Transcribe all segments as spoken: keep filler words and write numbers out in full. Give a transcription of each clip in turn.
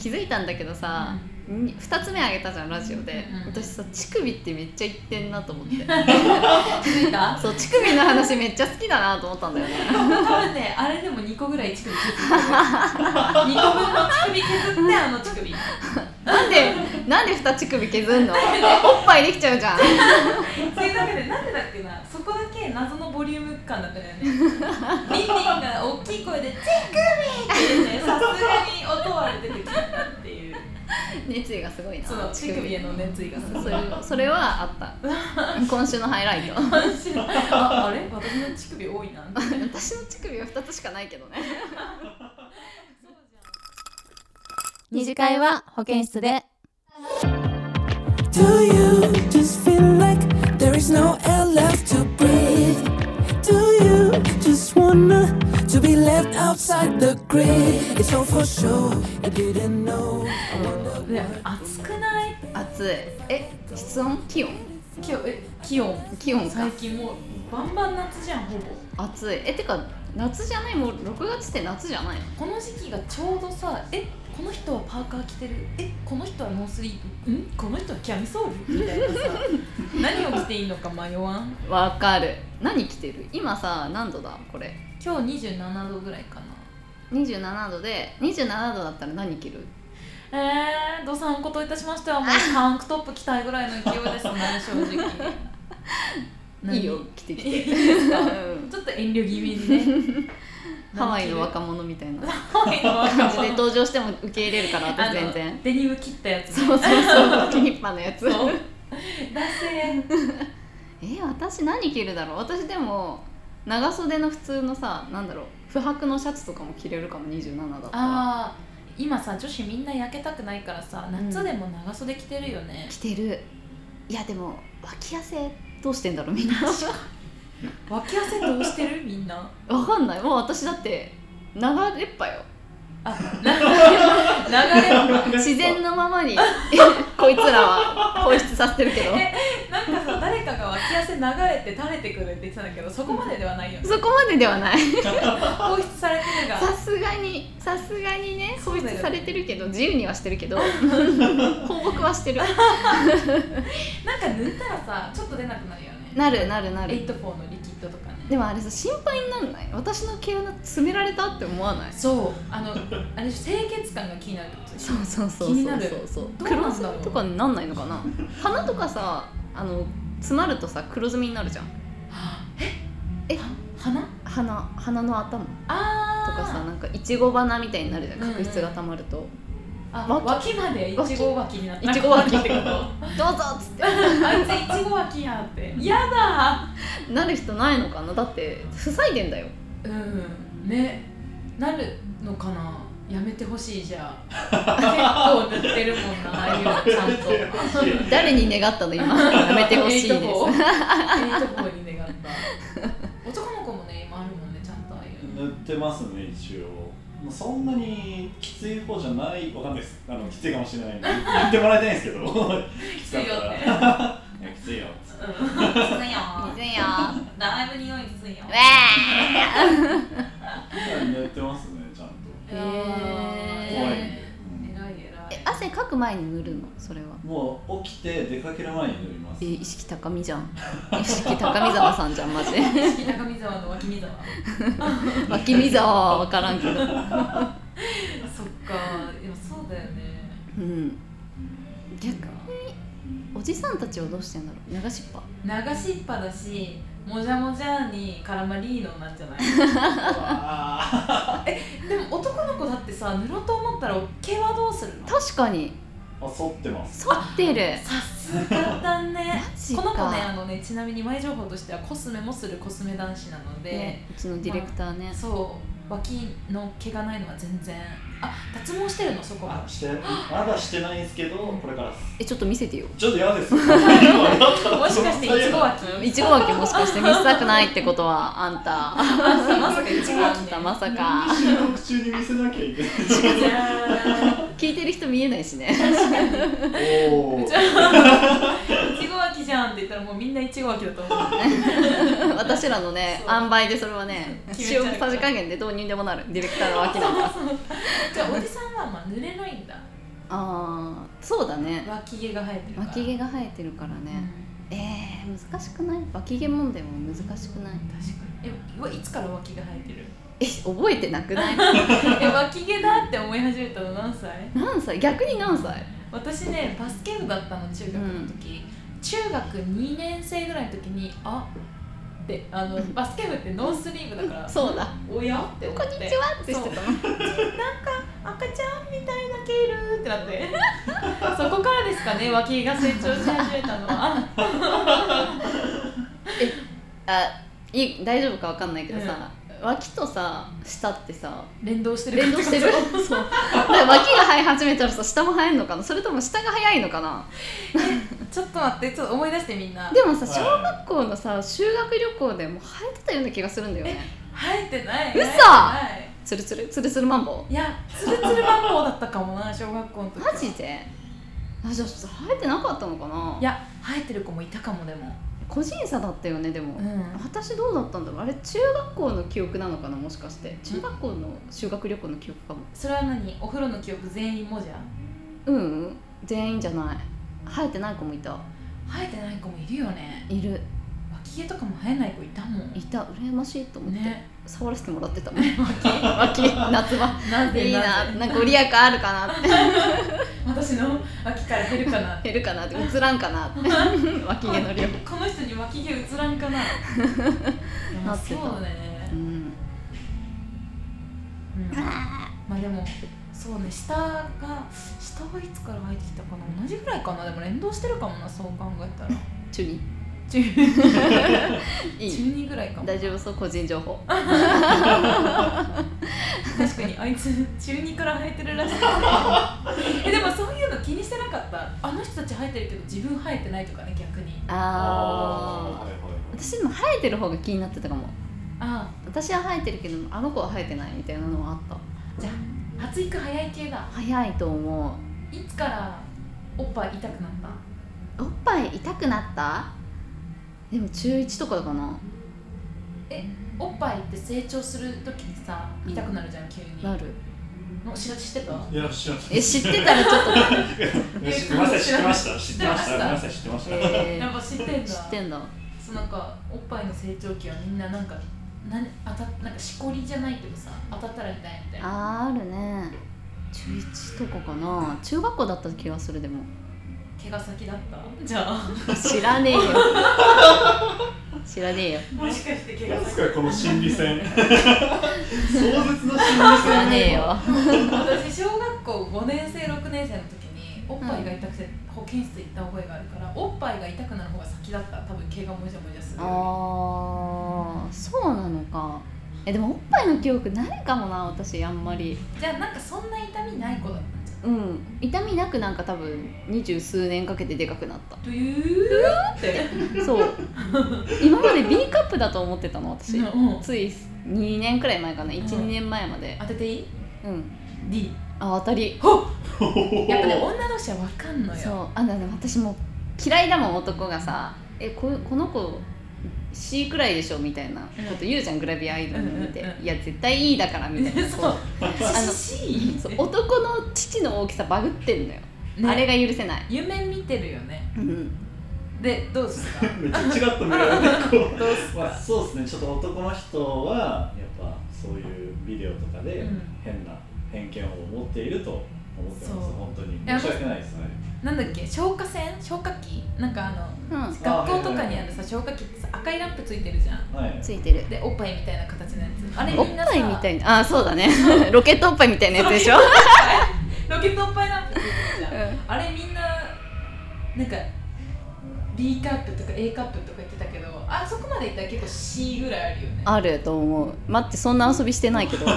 気づいたんだけどさ、うん、ふたつめあげたじゃんラジオで、うんうん、私さ乳首ってめっちゃ言ってんなと思って気づいた？ そう乳首の話めっちゃ好きだなと思ったんだよね多分ねあれでもにこぐらい乳首削ってるにこぶんの乳首削ってあの乳首なんでなんでふた乳首削んのおっぱいできちゃうじゃんそういうだけでなんでだっけなそこだけ謎のボリューム感だったよねリンリンが大きい声で乳首って言ってさすがに音は出てきたっていう熱意がすごいな。 そう乳首への熱意がすごい。 それそれはあった今週のハイライト今週のあ, あれ私の乳首多いな私の乳首はふたつしかないけどね二次会は保健室で Do you just feel like there is no air left to breathe? Do you just wanna to be left outside the grid? It's all for sure, you didn't know. 暑くない？ 暑い。え、室温？気温？ 気温え気温気温か。 最近もうバンバン夏じゃんほぼ。 暑い。えてか夏じゃないもうろくがつって夏じゃないの？ この時期がちょうどさえこの人はパーカー着てるえこの人はノースリーブんこの人はキャミソールみたいなさ何を着ていいのか迷わん？ わかる。何着てる？今さ何度だこれ？ 今日にじゅうななどぐらいかな。 にじゅうななどでにじゅうななどだったら何着る？ えー、どさんこといたしましてはもうタンクトップ着たいぐらいの勢いですね正直いいよ着てきていいですか、うん、ちょっと遠慮気味にねハワイの若者みたいなハワイの若者感じで登場しても受け入れるから私全然デニム切ったやつ、 ね、そうそうそうキニッパのやつだせえ私何着るだろう。私でも長袖の普通のさなんだろう不白のシャツとかも着れるかもにじゅうななだったら。 あ今さ女子みんな焼けたくないからさ夏でも長袖着てるよね、 うん、着てる。いやでも脇汗どうしてんだろうみんな脇汗どうしてるみんなわかんない。もう私だって流れっぱよ。 あ流れっぱ自然のままにこいつらは放出させてるけどえなんかさ誰かが脇汗流れて垂れてくるって言ってたんだけどそこまでではないよね。 そこまでではない放出されてるがさすがにさすがにね放出されてるけど自由にはしてるけど放牧はしてるなんか塗ったらさちょっと出なくなるよね。 なるなるなる。 エイトフォーのリキッドとかね。 でもあれさ心配になんない？私の毛穴詰められたって思わない？ そうあのあれ清潔感が気になるってことでしょ。 そうそうそうそう気になる。 そうどうなんだろう。 黒ずみとかになんないのかな鼻とかさあの詰まるとさ黒ずみになるじゃん。ええ鼻鼻鼻の頭あとかさなんかいちご花みたいになるじゃん角質がたまると、うんうんあ脇までいちご脇になった。 いちご脇ってことどうぞっつってあいついちご脇やってやだなる人ないのかな。だって塞いでんだよ。 うんねなるのかな。やめてほしいじゃあ結構塗ってるもんなああいうちゃんと誰に願ったの今やめてほしいですエイトフォーに願った男の子もね今あるもんねちゃんとああいう塗ってますね一応。そんなにきつい方じゃないわかんないですあのきついかもしれないんで言ってもらいたいんですけどきついよっていやきついよきついよきついよだいぶ匂いきついよウェ塗ってますねちゃんと。 ーへ怖いんで、 偉い偉い。 え汗かく前に塗るのそれは。 もう起きて出かける前に塗ります。 え意識高みじゃん意識高見沢さんじゃんマジで意識高見沢の脇見沢脇見沢は分からんけどそっかでもそうだよね。 うん逆におじさんたちはどうしてんだろう。流しっぱ流しっぱだしもじゃもじゃにカラマリーノなんじゃないえでも男の子だってさ塗ろうと思ったら毛はどうするの？ 確かにあ、剃ってます。 剃ってる。 さすがだねマジか。 この子ねあのねちなみに前情報としてはコスメもするコスメ男子なので、 ね、うちのディレクターね、 まあ、そう脇の毛がないのは全然あ脱毛してるのそこあしてまだしてないんですけどこれからえちょっと見せてよ。 ちょっと嫌ですもしかしていちご脇いちご脇もしかして見せたくないってことはあんたまさかいちご脇ねまさか収録中に見せなきゃいけない聞いてる人見えないしねおおいちご脇じゃんって言ったらもうみんないちご脇だと思う私らのね塩梅でそれはね塩さじ加減でどうにでもなるディレクターの脇なんかじゃあおじさんはまあ濡れないんだ。 あーそうだね。 脇毛が生えてるから脇毛が生えてるからね、えー、難しくない？脇毛問題も難しくない？ 確かに。えわいつから脇が生えてる？ え覚えてなくない？ え脇毛だって思い始めたの何歳？ 何歳？逆に何歳？ 私ねバスケ部だったの中学の時、うん、中学にねん生ぐらいの時にあであのバスケ部ってノースリーブだからそうだおやって思ってこんにちはってしてたの。 なんか赤ちゃんみたいな毛いるってなってそこからですかね脇毛が成長し始めたのはえあいい大丈夫かわかんないけどさ、うん、脇とさ下ってさ連動してる連動してるそうだから脇が生え始めたらさ下も生えんのかな、それとも下が早いのかなちょっと待ってちょっと思い出してみんな。 でもさ小学校のさ修学旅行でも生えてたような気がするんだよね。 生えてない。 嘘。つるつるつるつるマンボウ。 いやつるつるマンボウだったかもな小学校の時。 マジで？あじゃあ生えてなかったのかな。 いや生えてる子もいたかも。でも個人差だったよね。でも、うん、私どうだったんだろう。あれ中学校の記憶なのかな、もしかして中学校の修学旅行の記憶かも。 それは何？お風呂の記憶全員もじゃ？ うん、うん、全員じゃない。生えてない子もいた。生えてない子もいるよね。 いる。 脇毛とかも生えない子いたもん。 いた。羨ましいと思って、ね、触らせてもらってたもん。 脇脇夏場なんでいいな、なんかご利益あるかなって私の脇から減るかな減るかなって映らんかなって脇毛の量この人に脇毛映らんかななってた。 そうね、うんうん、まあでもそうね、下が下はいつから生えてきたかな、同じぐらいかな。でも連動してるかもな、そう考えたら中に中にいい中にぐらいかも。 大丈夫そう、個人情報確かにあいつ中にから生えてるらしいえでもそういうの気にしてなかった？あの人たち生えてるけど自分生えてないとかね、逆に。 ああ、私でも生えてる方が気になってたかも。 ああ、 私は生えてるけどあの子は生えてないみたいなのはあった。 じゃあ発育早い系だ。 早いと思う。いつからおっぱい痛くなった？ おっぱい痛くなった？でも中いちとかかな。 え、おっぱいって成長するときにさ、痛くなるじゃん、急に。 なる。 の知ってた？ いや、知らない。 え、知ってたらちょっとごめんなさい、知ってました。知ってました。ごめんなさい、知ってました。 えー、やっぱ知ってんだ。 知ってんだ。 そう、なんかおっぱいの成長期はみんななんかなあたなんかしこりじゃないけどさ、当たったら痛いみたいな。 あー、あるね。中いちとかかな。中学校だった気がする。でも毛が先だった？じゃあ知らねえよ知らねえよ。 もしかして毛が先？ ですかこの心理戦壮絶な心理戦。 知らねえよ私小学校ごねん生ろくねん生の時におっぱいが痛くて保健室行った覚えがあるから、おっぱいが痛くなる方が先だった。多分毛がもじゃもじゃする。 ああ、そうなのか。え、でもおっぱいの記憶ないかもな、私あんまり。 じゃあなんかそんな痛みない子だったんじゃん。 うん、痛みなくなんか多分二十数年かけてでかくなった。 ドゥーってそう今まで B カップだと思ってたの私、 うん、 ついにねんくらい前かな、いち、 うん、 にねんまえまで。 当てていい？ うん、 D。 あ、当たり。 やっぱね、女同士は分かんのよ。 そう、あ、でも私も嫌いだもん、男がさ、え、こ, この子 C くらいでしょみたいなこと言うじゃん、グラビアアイドル見て、うんうんうん、いや絶対 E だからみたいなそうあの C？ そう男の乳の大きさバグってんのよ、ね、あれが許せない。 夢見てるよね、 うん、 で、どうすか？ めっちゃチラッと見られてこうどうすか、 まあ、そうですね、ちょっと男の人はやっぱそういうビデオとかで変な偏見を持っていると思ってます、うん、本当に申し訳ないですね。 なんだっけ、消火栓消火器なんかあの、うん、学校とかにあるさ消火器ってさ、赤いランプついてるじゃん、 はい、ついてる。 で、おっぱいみたいな形のやつ、あれおっぱいみたいな、あ、そうだねロケットおっぱいみたいなやつでしょロケットおっぱいランプついてるじゃん、うん、あれみんななんか B カップとか A カップとか言ってたけど、あそこまでいったら結構 C ぐらいあるよね。あると思う。待って、そんな遊びしてないけどそう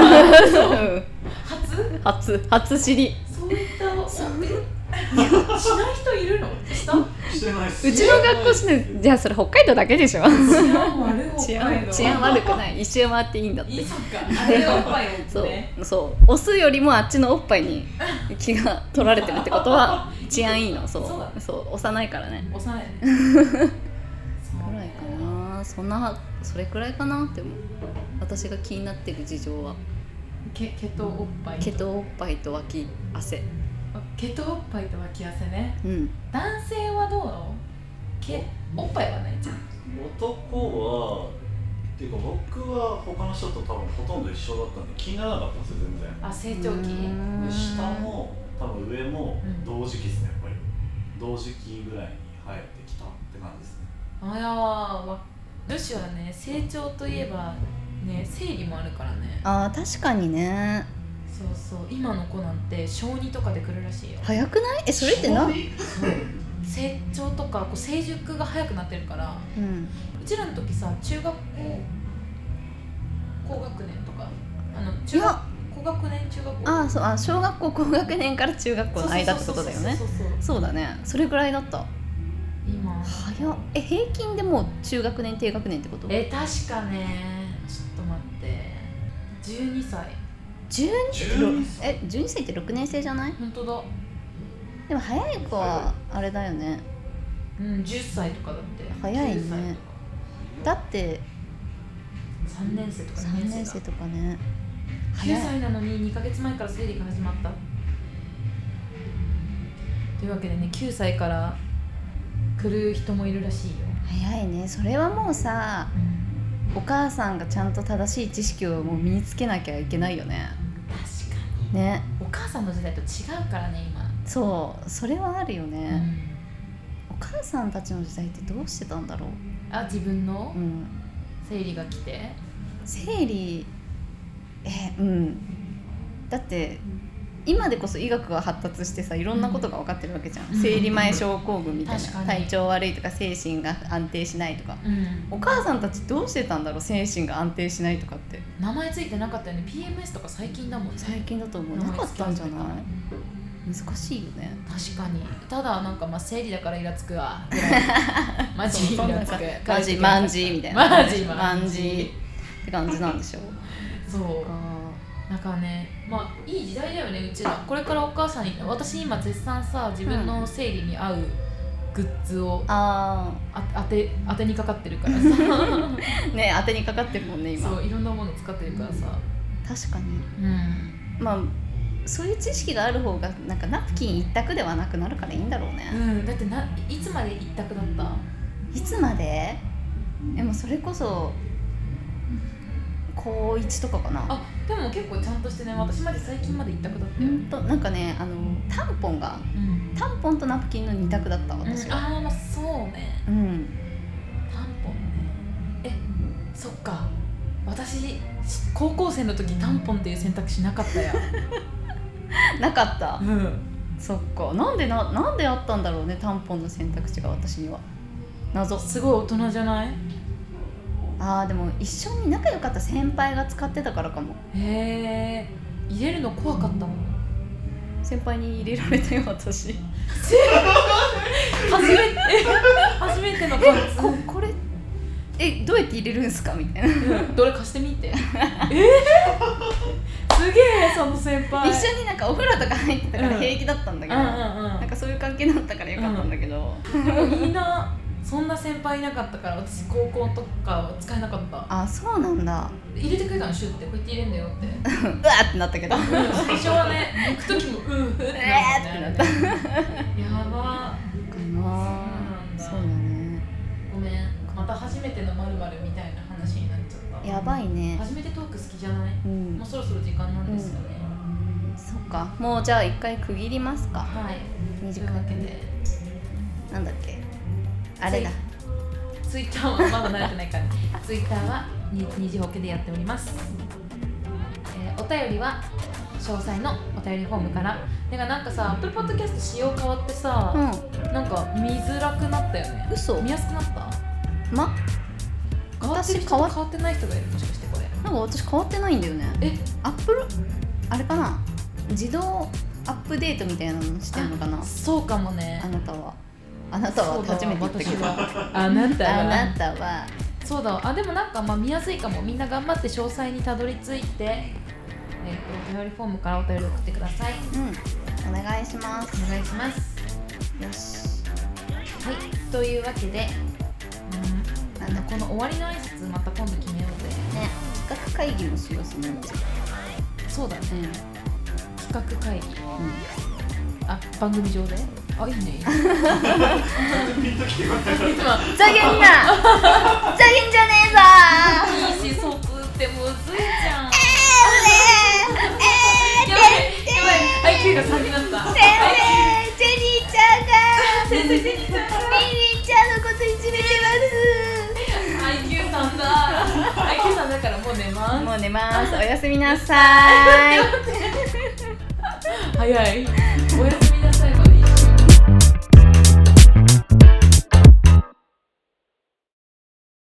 初初初知り。 そういったしない人いるの？したしてないっす。 うちの学校してる。じゃあそれ北海道だけでしょ。 治安悪い北海道。 治安悪くない。一周回っていいんだって。 いい、そっか。あれおっぱいをね。 そうそう。押すよりもあっちのおっぱいに気が取られてるってことは治安いいの。そうそうだ、 そう押さないからね。 押さないね。 くらいかな。そんなそれくらいかなって思う。私が気になってる事情は。 毛毛とおっぱい。 毛とおっぱいと脇汗。 毛とおっぱいと脇汗ね。 うん男性はどうなの？毛おっぱいはないじゃん。 男はっていうか僕は他の人と多分ほとんど一緒だったんで気にならなかったんですよ全然。 あ、成長期。 で下も多分上もうん同時期ですねやっぱり。同時期ぐらいに生えてきたって感じですね。 あやわ女子はね、成長といえばね、生理もあるからね。 あー確かにね。 そうそう、今の子なんて小にとかで来るらしいよ。 早くない？えそれってな、 そう成長とかこう成熟が早くなってるから、 うんうちらの時さ、中学校高学年とか、あの中学いや高学年中学校。 あーそうあ小学校高学年から中学校の間ってことだよね。 そうそうそうそう。 そうだね、それぐらいだった。 今早っ。え平均でもう中学年低学年ってこと？ え確かね、ちょっと待って、じゅうにさい。 じゅうにじゅうにさいえじゅうにさいってろくねん生じゃない？ 本当だ。 でも早い子はあれだよね。 うん、じゅっさいとかだって。 早いねじゅっさとかだってさんねん生とかさんねん生とかね。 きゅう早い。 さいなのににかげつまえから生理が始まった。というわけでね、きゅうさいから来る人もいるらしいよ。 早いね。それはもうさ、お母さんがちゃんと正しい知識をもう身につけなきゃいけないよね。 確かにね。 お母さんの時代と違うからね今。 そうそれはあるようね、 ん、 お母さんたちの時代ってどうしてたんだろう。 あ、自分のうん生理が来て。 生理えうんだって今でこそ医学が発達してさ、いろんなことが分かってるわけじゃん、 うん生理前症候群みたいな、 確かに体調悪いとか精神が安定しないとか、 うん、 お母さんたちどうしてたんだろう、精神が安定しないとかって。 名前ついてなかったよね。 ピーエムエス とか最近だもんね。 最近だと思う。 名前なかったんじゃない？ つけ始め難しいよね。 確かに。ただなんかまあ生理だからイラつくわぐらい。マジイラつく。 マジマンジみたいな。 マジママンンジジって感じなんでしょう。 そう。 あなんかね、まあいい時代だよねうちら。これからお母さんに、私今絶賛さ、自分の生理に合うグッズをああ当て当てにかかってるからさ。 ーね当てにかかってるもんね今。 そう、いろんなもの使ってるからさ。 確かに。 うん。 まあそういう知識がある方がなんかナプキン一択ではなくなるからいいんだろうね、 うん、だってないつまで一択だった？ いつまで？でもそれこそ高いちとかかな。 あ、でも結構ちゃんとしてね、私まで最近まで一択だったよ。 ほんとなんかねあのタンポンがうん。 タンポンとナプキンの二択だった私うん、 は。 ああ、まあそうね。 うんタンポンね。え、そっか。私高校生の時タンポンっていう選択肢なかったや。 なかった。 うん。 そっか。なんでななんであったんだろうねタンポンの選択肢が私には。謎。 すごい大人じゃない？ あーでも一緒に仲良かった先輩が使ってたからかも。 へえ。入れるの怖かったもん。 先輩に入れられたよ私。 初めて初めての感じ。 ここれえどうやって入れるんすかみたいな。 うん、どれ貸してみて。えー、すげえその先輩。 一緒になんかお風呂とか入ってたから平気だったんだけど、 うんうんうん。 なんかそういう関係だったからよかったんだけど、 でもいいな。そんな先輩いなかったから私高校とかは使えなかった。 あそうなんだ。 入れてくれたのシュッてこうやって入れんだよって。 うわーってなったけど最初はね、行く時もうんうんってなえーってなったやば。 かな。そうだね。 ごめん。また初めての〇〇みたいな話になっちゃった。 やばいね。 初めてトーク好きじゃない？ うんもうそろそろ時間なんですよね。 そっか。もうじゃあ一回区切りますか。 はい。 二時間というわけで。 なんだっけあれだ。 ツイッターはまだ慣れてないから、ね、ツイッターはに二次保険でやっております、えー、お便りは詳細のお便りフォームから。だからなんかさ、Apple Podcast 仕様変わってさ、 うなんか見づらくなったよね。 嘘見やすくなった？ ま変わってる人と変わってない人がいる、もしかしてこれ。 なんか私変わってないんだよね。 え、 アップルあれかな、自動アップデートみたいなのしてんのかな。 そうかもね。 あなたはあなたは初めて言ったけど、 そうだわ私はあなたはあなたはそうだわ。あ、でもなんかまあ見やすいかも。みんな頑張って詳細にたどり着いて、えー、とお便りフォームからお便り送ってください。 うんお願いします。 お願いします。 よし。 はい、というわけで、うん、 なんだこの終わりの挨拶また今度決めようぜ。 ね、企画会議もしようすね。 そうだね、企画会議。 うんあ番組上であいいねいいねピンときてよかったから今ざけんなざけんじゃねえぞいいし疎通ってむずいじゃんえー、えー、 やばいやばい アイキュー がさんになった先生ジェニーちゃんが先生ジェニーちゃんがミリーちゃんのこといじめてまアイキュー さんだ アイキュー さんだからもう寝ますすもう寝ますおやすみなさーい早いおやすみ